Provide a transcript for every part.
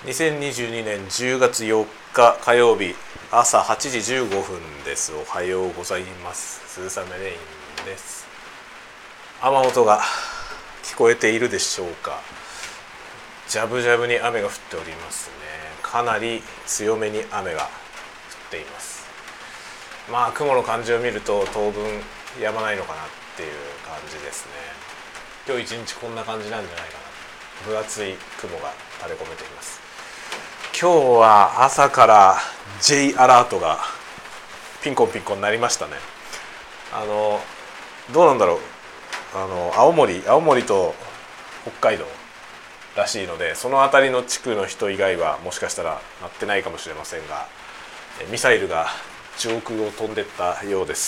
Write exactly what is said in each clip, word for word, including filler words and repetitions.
にせんにじゅうにねんじゅうがつよっか火曜日朝はちじじゅうごふんです。おはようございます。鈴雨レインです。雨音が聞こえているでしょうか。ジャブジャブに雨が降っておりますね。かなり強めに雨が降っています。まあ雲の感じを見ると当分止まないのかなっていう感じですね。今日一日こんな感じなんじゃないかな。分厚い雲が垂れ込めています。今日は朝から J アラートがピンコンピンコン鳴りましたね。あのどうなんだろう。あの青森青森と北海道らしいので、その辺りの地区の人以外はもしかしたら鳴ってないかもしれませんが、ミサイルが上空を飛んでったようです。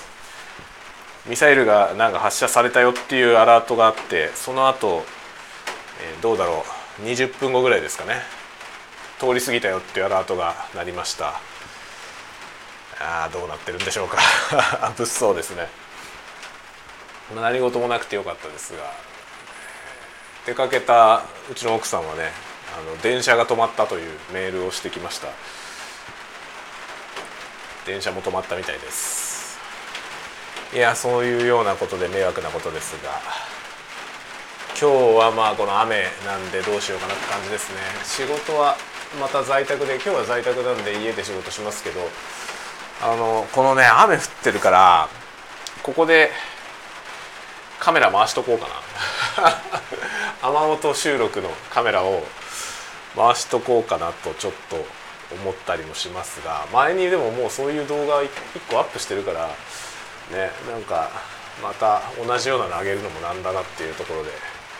ミサイルがなんか発射されたよっていうアラートがあって、その後、えー、どうだろうにじゅっぷんごぐらいですかね、通り過ぎたよっていうアラートが鳴りました。あーどうなってるんでしょうか物騒ですね。何事もなくてよかったですが、出かけたうちの奥さんはね、あの電車が止まったというメールをしてきました。電車も止まったみたいです。いや、そういうようなことで迷惑なことですが、今日はまあこの雨なんでどうしようかなって感じですね。仕事はまた在宅で、今日は在宅なんで家で仕事しますけど、あのこのね雨降ってるからここでカメラ回しとこうかな雨音収録のカメラを回しとこうかなとちょっと思ったりもしますが、前にでももうそういう動画いっこアップしてるからね、なんかまた同じようなの上げるのもなんだなっていうところで、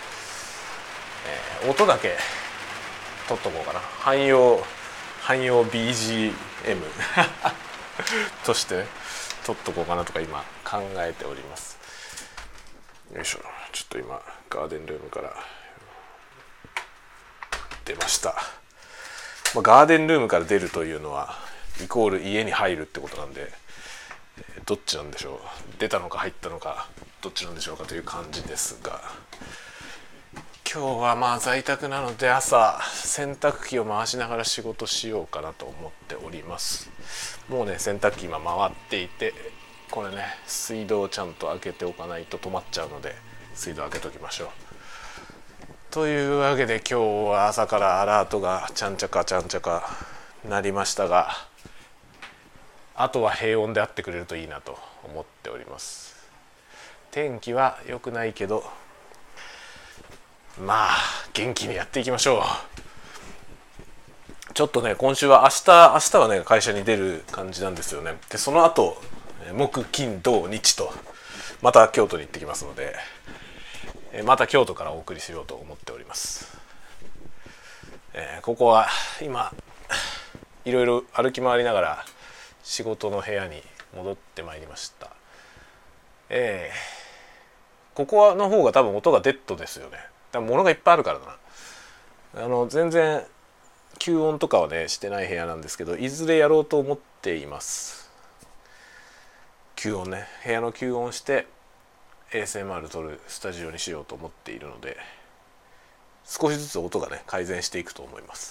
えー、音だけ撮っとこうかな。汎用汎用 ビージーエム としてね撮っとこうかなとか今考えております。よいしょ。ちょっと今ガーデンルームから出ました。まあ、ガーデンルームから出るというのはイコール家に入るってことなんで、どっちなんでしょう。出たのか入ったのかどっちなんでしょうかという感じですが、今日はまあ在宅なので朝洗濯機を回しながら仕事しようかなと思っております。もうね洗濯機今回っていて、これね水道をちゃんと開けておかないと止まっちゃうので水道開けときましょう。というわけで今日は朝からアラートがちゃんちゃかちゃんちゃかなりましたが、あとは平穏であってくれるといいなと思っております。天気は良くないけどまあ元気にやっていきましょう。ちょっとね今週は明日明日はね会社に出る感じなんですよね。でその後木金土日とまた京都に行ってきますので、また京都からお送りしようと思っております。えー、ここは今いろいろ歩き回りながら仕事の部屋に戻ってまいりました。えー、ここの方が多分音がデッドですよね。多分物がいっぱいあるからだな。あの全然吸音とかはねしてない部屋なんですけど、いずれやろうと思っています。吸音ね、部屋の吸音して エーエスエムアール 撮るスタジオにしようと思っているので、少しずつ音がね改善していくと思います。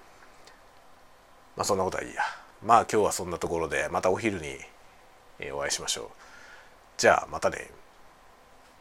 まあそんなことはいいや。まあ今日はそんなところで、またお昼にお会いしましょう。じゃあまたね。